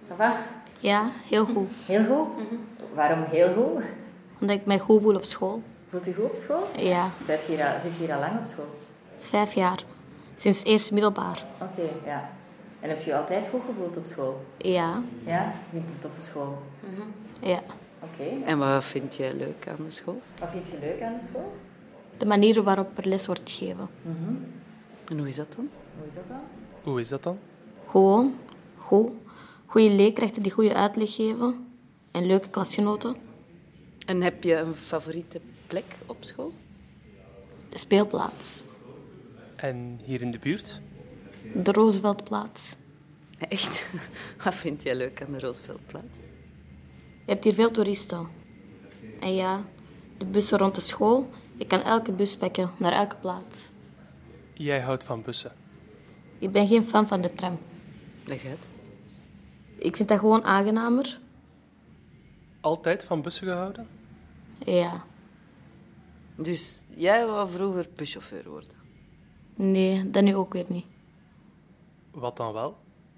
Ça va? Ja, heel goed. Heel goed? Waarom heel goed? Omdat ik mij goed voel op school. Voelt u goed op school? Ja, Zit je hier al lang op school? 5 jaar. Sinds eerste middelbaar. Oké, ja. En heb je je altijd goed gevoeld op school? Ja, Ja? Vind je het een toffe school? ja. Oké. En wat vind jij leuk aan de school? Wat vind je leuk aan de school? De manier waarop er les wordt gegeven. En hoe is dat dan? Hoe is dat dan? Hoe is dat dan? Gewoon, goed. Goede leerkrachten die goede uitleg geven. En leuke klasgenoten. En heb je een favoriete plek op school? De speelplaats. En hier in de buurt? De Rooseveltplaats. Echt? Wat vind jij leuk aan de Rooseveltplaats? Je hebt hier veel toeristen. En ja, de bussen rond de school. Je kan elke bus pakken naar elke plaats. Jij houdt van bussen. Ik ben geen fan van de tram. Leg uit. Ik vind dat gewoon aangenamer. Altijd van bussen gehouden? Ja. Dus jij wou vroeger buschauffeur worden? Nee, dat nu ook weer niet. Wat dan wel?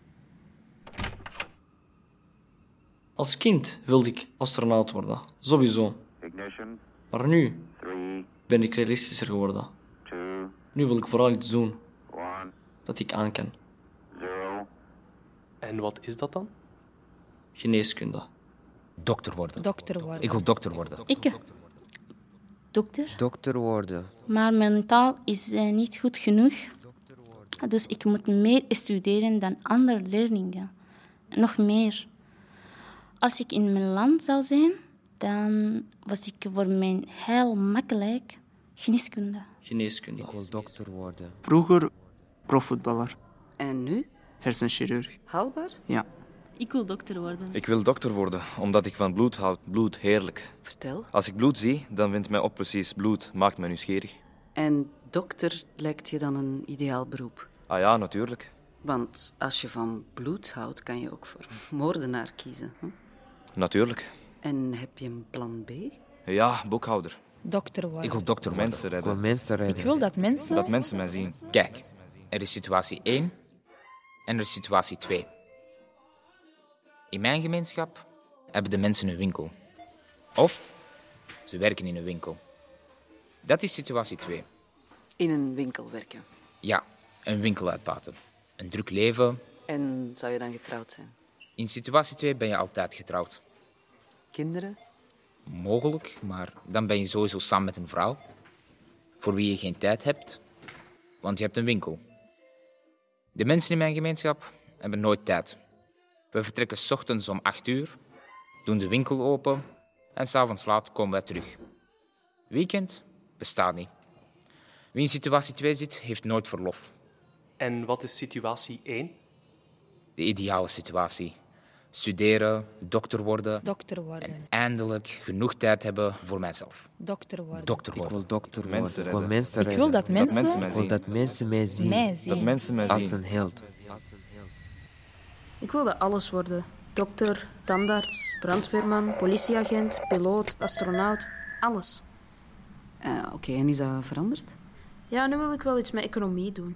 Als kind wilde ik astronaut worden, sowieso. Ignition, Maar nu 3, ben ik realistischer geworden. 2, Nu wil ik vooral iets doen 1, dat ik aan kan. 0. En wat is dat dan? Geneeskunde. Dokter worden. Dokter worden. Ik wil dokter worden. Ik? Dokter? Dokter worden. Maar mijn taal is niet goed genoeg. Dus ik moet meer studeren dan andere leerlingen. Nog meer. Als ik in mijn land zou zijn, dan was ik voor mij heel makkelijk geneeskunde. Geneeskunde. Ik wil dokter worden. Vroeger profvoetballer, En nu? hersenchirurg. Haalbaar? Ja. Ik wil dokter worden. Ik wil dokter worden, omdat ik van bloed houd. Bloed, heerlijk. Vertel. Als ik bloed zie, dan wint mij op precies. Bloed maakt mij nieuwsgierig. En dokter lijkt je dan een ideaal beroep? Ah ja, natuurlijk. Want als je van bloed houdt, kan je ook voor moordenaar kiezen. Hè? Natuurlijk. En heb je een plan B? Ja, boekhouder. Dokter worden. Ik wil dokter worden. Mensen Ik wil redden. mensen redden. Ik wil dat mensen... Dat mensen mij zien. Kijk, er is situatie 1 en er is situatie 2. In mijn gemeenschap hebben de mensen een winkel. Of ze werken in een winkel. Dat is situatie 2. In een winkel werken. Ja, een winkel uitbaten. Een druk leven. En zou je dan getrouwd zijn? In situatie 2 ben je altijd getrouwd. Kinderen? Mogelijk, maar dan ben je sowieso samen met een vrouw. Voor wie je geen tijd hebt, want je hebt een winkel. De mensen in mijn gemeenschap hebben nooit tijd. We vertrekken 's ochtends om 8 uur, doen de winkel open en 's avonds laat komen wij terug. Weekend bestaat niet. Wie in situatie 2 zit, heeft nooit verlof. En wat is situatie 1? De ideale situatie. Studeren, dokter worden Dokter worden. en eindelijk genoeg tijd hebben voor mijzelf. Dokter worden. Dokter Ik worden. wil dokter worden. Mensen Ik wil redden. mensen Ik redden. wil dat mensen, mensen mij Ik wil zien. dat mensen mij zien. mij zien. Dat mensen mij Als zien. een held. Ik wilde alles worden. Dokter, tandarts, brandweerman, politieagent, piloot, astronaut. Alles. Oké, en is dat veranderd? Ja, nu wil ik wel iets met economie doen.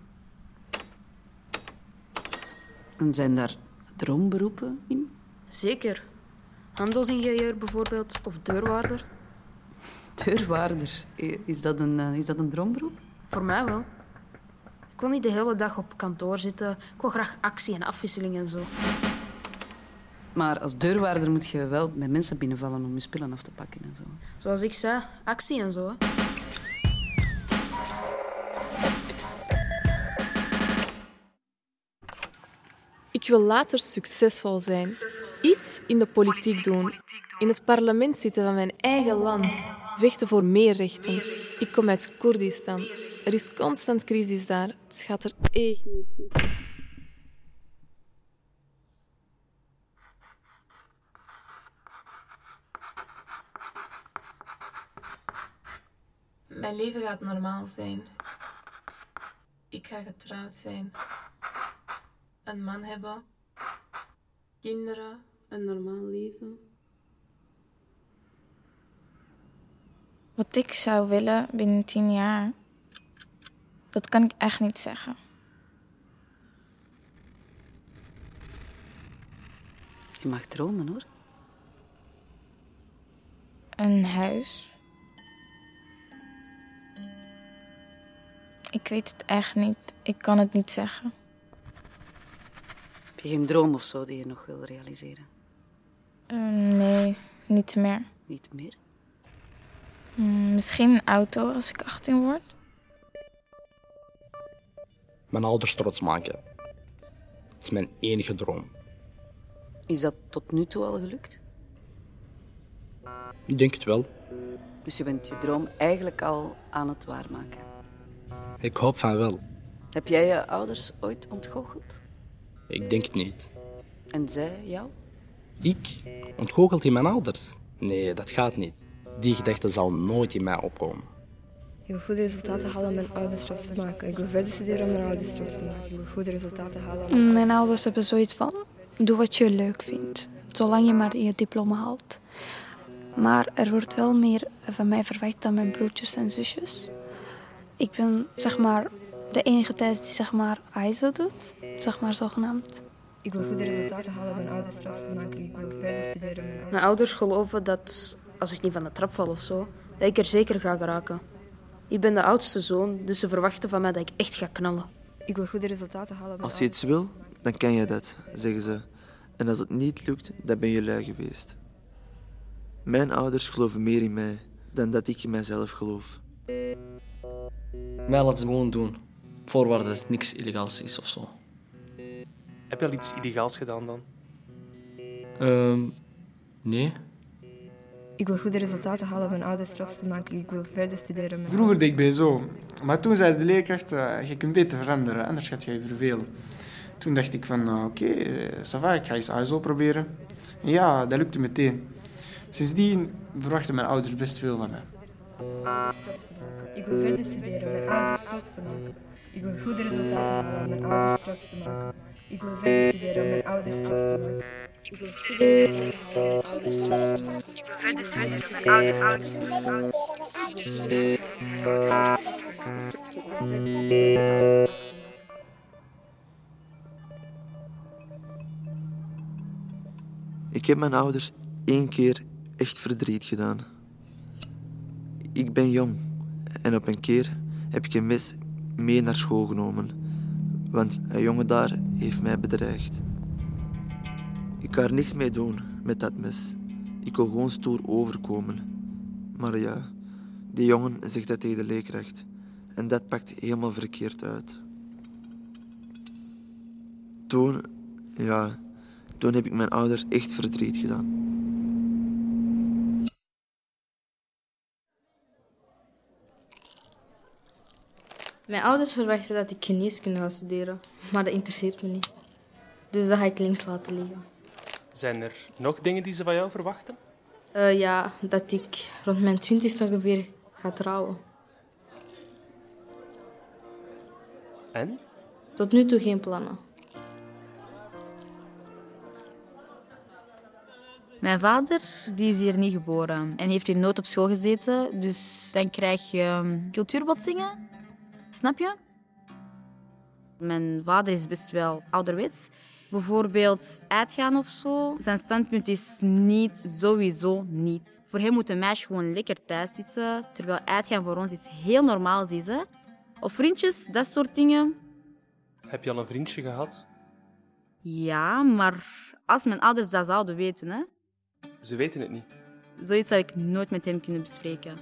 En zijn daar droomberoepen in? Zeker. Handelsingenieur bijvoorbeeld, of deurwaarder. Deurwaarder. Is dat een droomberoep? Voor mij wel. Ik wil niet de hele dag op kantoor zitten. Ik wil graag actie en afwisseling en zo. Maar als deurwaarder moet je wel met mensen binnenvallen om je spullen af te pakken en zo. Zoals ik zei, actie en zo. Hè. Ik wil later succesvol zijn. Iets in de politiek doen. In het parlement zitten van mijn eigen land. Vechten voor meer rechten. Ik kom uit Koerdistan. Er is constant crisis daar. Het gaat er echt niet goed. Mijn leven gaat normaal zijn. Ik ga getrouwd zijn. Een man hebben. Kinderen. Een normaal leven. Wat ik zou willen binnen 10 jaar, dat kan ik echt niet zeggen. Je mag dromen, hoor. Een huis. Ik weet het echt niet. Ik kan het niet zeggen. Heb je geen droom of zo die je nog wil realiseren? Nee, niet meer. Niet meer? Misschien een auto als ik 18 word. Mijn ouders trots maken. Het is mijn enige droom. Is dat tot nu toe al gelukt? Ik denk het wel. Dus je bent je droom eigenlijk al aan het waarmaken. Ik hoop van wel. Heb jij je ouders ooit ontgoocheld? Ik denk het niet. En zij jou? Ik? Ontgoochelt hij mijn ouders? Nee, dat gaat niet. Die gedachte zal nooit in mij opkomen. Ik wil goede resultaten halen om mijn ouders trots te maken. Ik wil verder studeren om mijn ouders trots te maken. Ik wil goede resultaten halen om... Mijn ouders hebben zoiets van, doe wat je leuk vindt. Zolang je maar je diploma haalt. Maar er wordt wel meer van mij verwacht dan mijn broertjes en zusjes. Ik ben, zeg maar, de enige thuis die, zeg maar, ISO doet. Zeg maar, zogenaamd. Ik wil goede resultaten halen om mijn ouders trots te maken. Ik wil verder studeren om mijn ouders... Mijn ouders geloven dat, als ik niet van de trap val of zo, dat ik er zeker ga geraken. Ik ben de oudste zoon, dus ze verwachten van mij dat ik echt ga knallen. Ik wil goede resultaten halen om mijn Als je iets wil, dan kan je dat, zeggen ze. En als het niet lukt, dan ben je lui geweest. Mijn ouders geloven meer in mij dan dat ik in mijzelf geloof. Mij laten ze gewoon doen. Voorwaarde dat het niks illegaals is of zo. Heb je al iets illegaals gedaan dan? Nee. Ik wil goede resultaten halen om mijn ouders trots te maken. Ik wil verder studeren om mijn Vroeger deed ik bij zo. Maar toen zei de leerkracht, je kunt beter veranderen, anders gaat je je vervelen. Toen dacht ik van, oké, ça va, ik ga eens ISO proberen. En ja, dat lukte meteen. Sindsdien verwachten mijn ouders best veel van mij. Ik wil verder studeren om mijn ouders trots te maken. Ik wil goede resultaten halen om mijn ouders trots te maken. Ik wil verder studeren om mijn ouders trots te maken. Ik wil goede resultaten halen om mijn ouders trots te maken. Ik wil verder studeren om mijn ouders trots te maken. Ik heb mijn ouders 1 keer echt verdriet gedaan. Ik ben jong en op een keer heb ik een mes mee naar school genomen. Want een jongen daar heeft mij bedreigd. Ik kan er niks mee doen met dat mes. Ik wil gewoon stoer overkomen. Maar ja, die jongen zegt dat tegen de leerkracht. En dat pakt helemaal verkeerd uit. Toen heb ik mijn ouders echt verdriet gedaan. Mijn ouders verwachten dat ik geneeskunde ga studeren, maar dat interesseert me niet. Dus dat ga ik links laten liggen. Zijn er nog dingen die ze van jou verwachten? Ja, dat ik rond mijn 20ste ongeveer ga trouwen. En? Tot nu toe geen plannen. Mijn vader die is hier niet geboren en heeft hier nooit op school gezeten. Dus dan krijg je cultuurbotsingen. Snap je? Mijn vader is best wel ouderwets. Bijvoorbeeld uitgaan of zo. Zijn standpunt is niet, sowieso niet. Voor hem moet een meisje gewoon lekker thuis zitten, terwijl uitgaan voor ons iets heel normaals is. Hè? Of vriendjes, dat soort dingen. Heb je al een vriendje gehad? Ja, maar als mijn ouders dat zouden weten, hè? Ze weten het niet. Zoiets zou ik nooit met hem kunnen bespreken.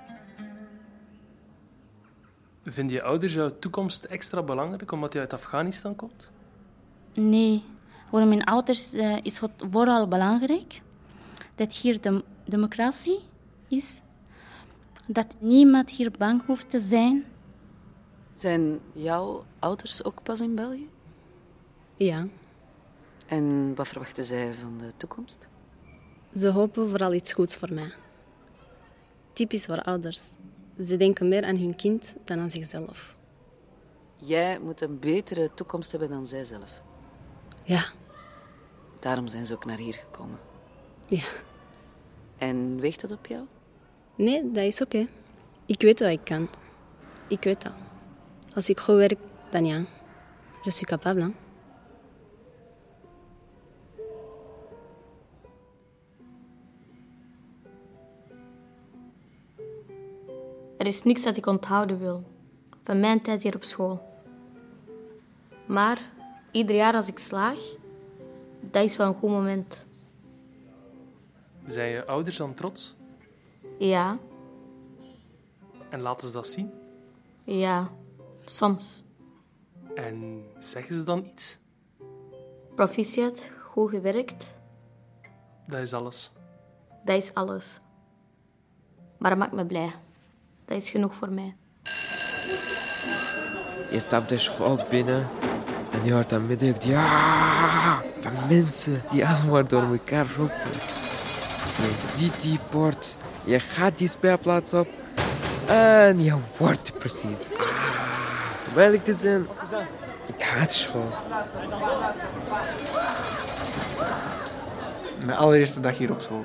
Vinden je ouders jouw toekomst extra belangrijk omdat je uit Afghanistan komt? Nee, voor mijn ouders is het vooral belangrijk dat hier de democratie is. Dat niemand hier bang hoeft te zijn. Zijn jouw ouders ook pas in België? Ja. En wat verwachten zij van de toekomst? Ze hopen vooral iets goeds voor mij. Typisch voor ouders. Ze denken meer aan hun kind dan aan zichzelf. Jij moet een betere toekomst hebben dan zijzelf. Ja. Daarom zijn ze ook naar hier gekomen. Ja. En weegt dat op jou? Nee, dat is oké. Ik weet wat ik kan. Ik weet dat. Als ik goed werk, dan ja. Je suis capable, hè? Er is niks dat ik onthouden wil van mijn tijd hier op school. Maar ieder jaar als ik slaag, dat is wel een goed moment. Zijn je ouders dan trots? Ja, En laten ze dat zien? ja, soms. En zeggen ze dan iets? Proficiat, goed gewerkt, Dat is alles. dat is alles. Maar dat maakt me blij. Dat is genoeg voor mij. Je stapt de school binnen en je hoort een menigte ja van mensen die allemaal door elkaar roepen. Je ziet die poort, je gaat die speelplaats op en je wordt precies. Om eerlijk te zijn, ik haat school. Mijn allereerste dag hier op school.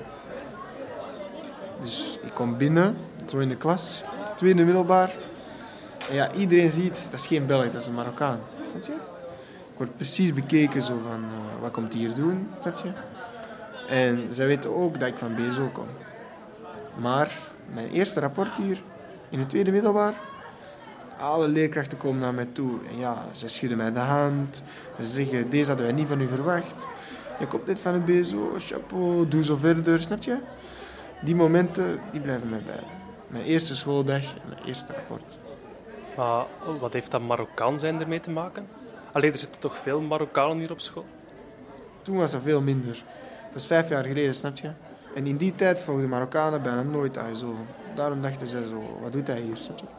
Dus ik kom binnen, zo in de klas, tweede middelbaar. En ja, iedereen ziet, dat is geen Belg, dat is een Marokkaan. Snap je? Ik word precies bekeken zo van, wat komt hij hier doen? Snap je? En zij weten ook dat ik van BSO kom. Maar mijn eerste rapport hier, in het tweede middelbaar, alle leerkrachten komen naar mij toe. En ja, ze schudden mij de hand. Ze zeggen, deze hadden wij niet van u verwacht. Je komt net van het BSO, chapeau, doe zo verder, snap je? Die momenten, die blijven mij bij. Mijn eerste schooldag en mijn eerste rapport. Maar wat heeft dat Marokkaan zijn ermee te maken? Allee, er zitten toch veel Marokkanen hier op school? Toen was dat veel minder. Dat is 5 jaar geleden, snap je? En in die tijd volgden Marokkanen bijna nooit ASO. Daarom dachten zij zo, wat doet hij hier, snap je?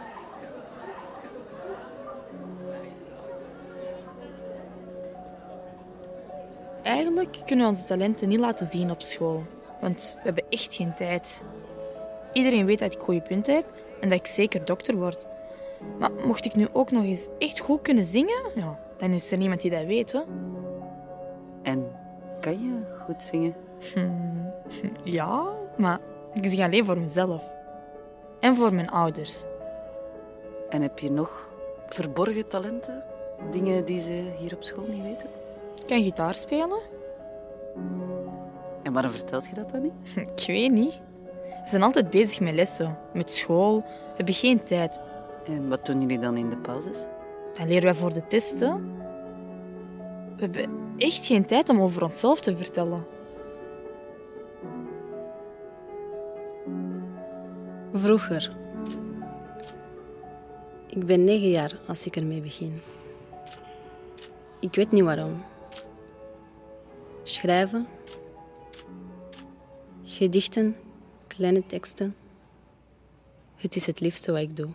Eigenlijk kunnen we onze talenten niet laten zien op school. Want we hebben echt geen tijd. Iedereen weet dat ik goede punten heb en dat ik zeker dokter word. Maar mocht ik nu ook nog eens echt goed kunnen zingen, ja, dan is er niemand die dat weet, hè? En kan je goed zingen? Ja, maar ik zing alleen voor mezelf. En voor mijn ouders. En heb je nog verborgen talenten? Dingen die ze hier op school niet weten? Ik kan gitaar spelen. En waarom vertelt je dat dan niet? Ik weet niet. We zijn altijd bezig met lessen, met school. We hebben geen tijd. En wat doen jullie dan in de pauzes? Dan leren wij voor de testen. We hebben echt geen tijd om over onszelf te vertellen. Vroeger. Ik ben 9 jaar als ik ermee begin. Ik weet niet waarom. Schrijven. Gedichten. Kleine teksten. Het is het liefste wat ik doe.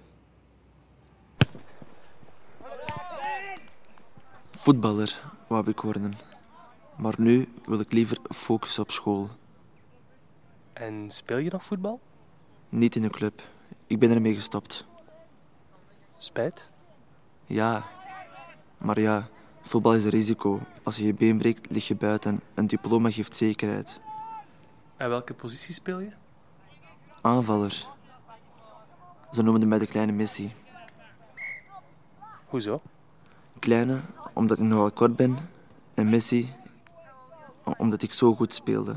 Voetballer wou ik worden. Maar nu wil ik liever focussen op school. En speel je nog voetbal? Niet in een club. Ik ben ermee gestopt. Spijt? Ja. Maar ja, voetbal is een risico. Als je je been breekt, lig je buiten. Een diploma geeft zekerheid. En welke positie speel je? Aanvaller. Ze noemden mij de kleine Messi. Hoezo? Kleine, omdat ik nogal kort ben. En Messi, omdat ik zo goed speelde.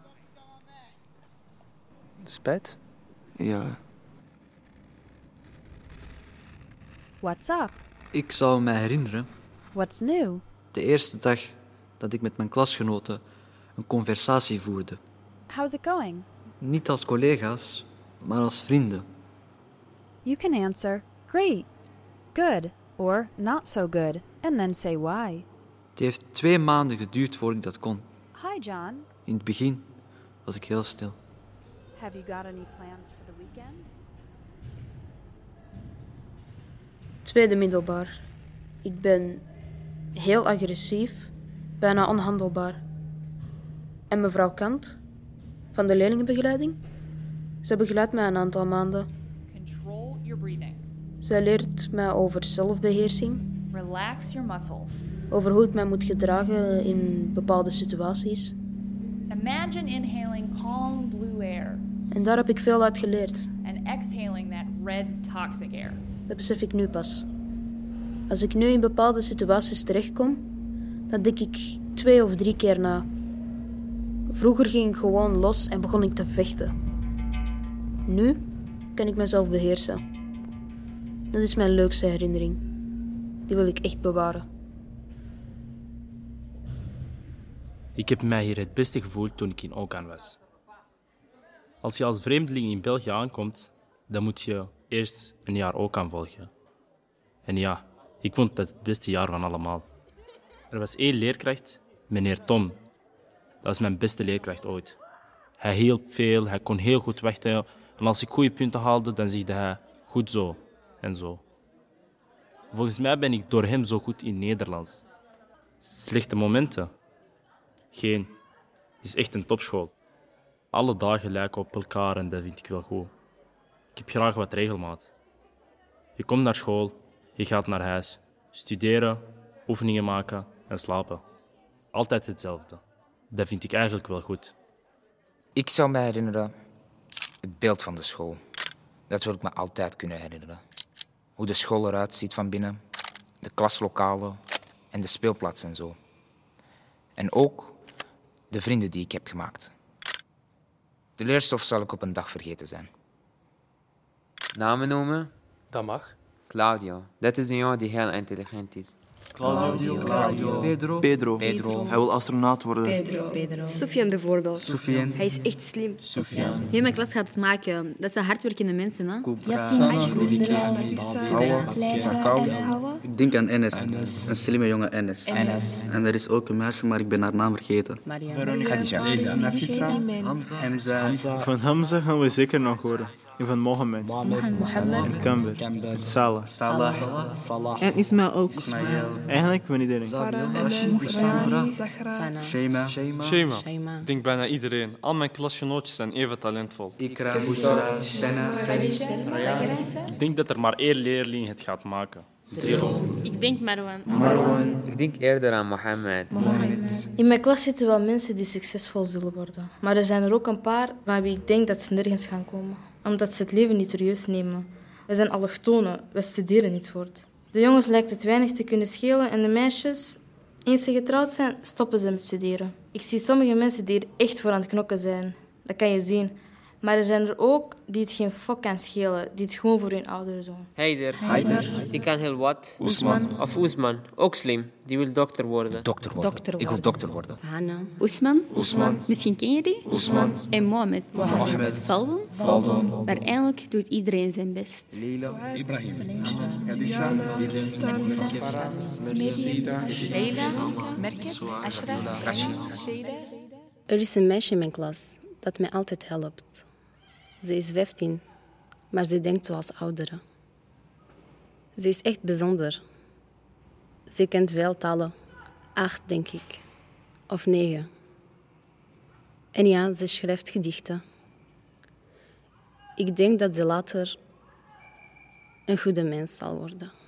Spijt? Ja. What's up? Ik zou me herinneren. What's new? De eerste dag dat ik met mijn klasgenoten een conversatie voerde. How's it going? Niet als collega's, maar als vrienden. You can answer, great, good, or not so good, and then say why. Het heeft 2 maanden geduurd voordat ik dat kon. Hi, John. In het begin was ik heel stil. Have you got any plans for the weekend? Tweede middelbaar. Ik ben heel agressief, bijna onhandelbaar. En mevrouw Kant, van de leerlingenbegeleiding, zij begeleidt mij een aantal maanden. Control your breathing. Zij leert mij over zelfbeheersing. Relax your muscles. Over hoe ik mij moet gedragen in bepaalde situaties. Imagine inhaling calm blue air. En daar heb ik veel uit geleerd. And exhaling that red toxic air. Dat besef ik nu pas. Als ik nu in bepaalde situaties terechtkom, dan denk ik 2 of 3 keer na. Vroeger ging ik gewoon los en begon ik te vechten. Nu kan ik mezelf beheersen. Dat is mijn leukste herinnering. Die wil ik echt bewaren. Ik heb mij hier het beste gevoeld toen ik in Oucan was. Als je als vreemdeling in België aankomt, dan moet je eerst een jaar Oucan volgen. En ja, ik vond dat het beste jaar van allemaal. Er was 1 leerkracht, meneer Tom. Dat was mijn beste leerkracht ooit. Hij hielp veel, hij kon heel goed wachten. En als ik goede punten haalde, dan zegde hij goed zo en zo. Volgens mij ben ik door hem zo goed in Nederlands. Slechte momenten? Geen. Het is echt een topschool. Alle dagen lijken op elkaar en dat vind ik wel goed. Ik heb graag wat regelmaat. Je komt naar school, je gaat naar huis. Studeren, oefeningen maken en slapen. Altijd hetzelfde. Dat vind ik eigenlijk wel goed. Ik zou me herinneren het beeld van de school. Dat wil ik me altijd kunnen herinneren. Hoe de school eruit ziet van binnen, de klaslokalen en de speelplaats en zo. En ook de vrienden die ik heb gemaakt. De leerstof zal ik op een dag vergeten zijn. Namen noemen? Dat mag. Claudio. Dat is een jongen die heel intelligent is. Claudio. Pedro. Hij wil astronaut worden. Pedro. Sofian bijvoorbeeld. Sofian. Hij is echt slim. Heel mijn klas gaat het maken. Dat zijn hardwerkende mensen, hè? Ik denk aan Enes. Een slimme jongen Enes. En er is ook een meisje, maar ik ben haar naam vergeten. Khadija. Nafisa. Hamza. Van Hamza gaan we zeker nog horen. En van Mohammed. En Kamber. Salah. En Ismail ook. Eigenlijk van iedereen. Shema. Ik denk bijna iedereen. Al mijn klasgenootjes zijn even talentvol. Ikra, Ik denk dat er maar 1 leerling het gaat maken. Ik denk Marwan. Ik denk eerder aan Mohammed. In mijn klas zitten wel mensen die succesvol zullen worden. Maar er zijn er ook een paar van wie ik denk dat ze nergens gaan komen. Omdat ze het leven niet serieus nemen. We zijn allochtonen, we studeren niet voort. De jongens lijkt het weinig te kunnen schelen en de meisjes, eens ze getrouwd zijn, stoppen ze met studeren. Ik zie sommige mensen die er echt voor aan het knokken zijn. Dat kan je zien. Maar er zijn er ook die het geen fok kan schelen, die het gewoon voor hun ouders doen. Haider. Die kan heel wat. Oesman. Ook slim. Die wil dokter worden. Dokter worden. Ik wil dokter worden. Hanna. Oesman. Misschien ken je die? En Mohammed. Valdon. Maar eigenlijk doet iedereen zijn best. Ibrahim. Er is een meisje in mijn klas dat mij altijd helpt. Ze is 15, maar ze denkt zoals ouderen. Ze is echt bijzonder. Ze kent veel talen. 8, denk ik. Of 9. En ja, ze schrijft gedichten. Ik denk dat ze later een goede mens zal worden.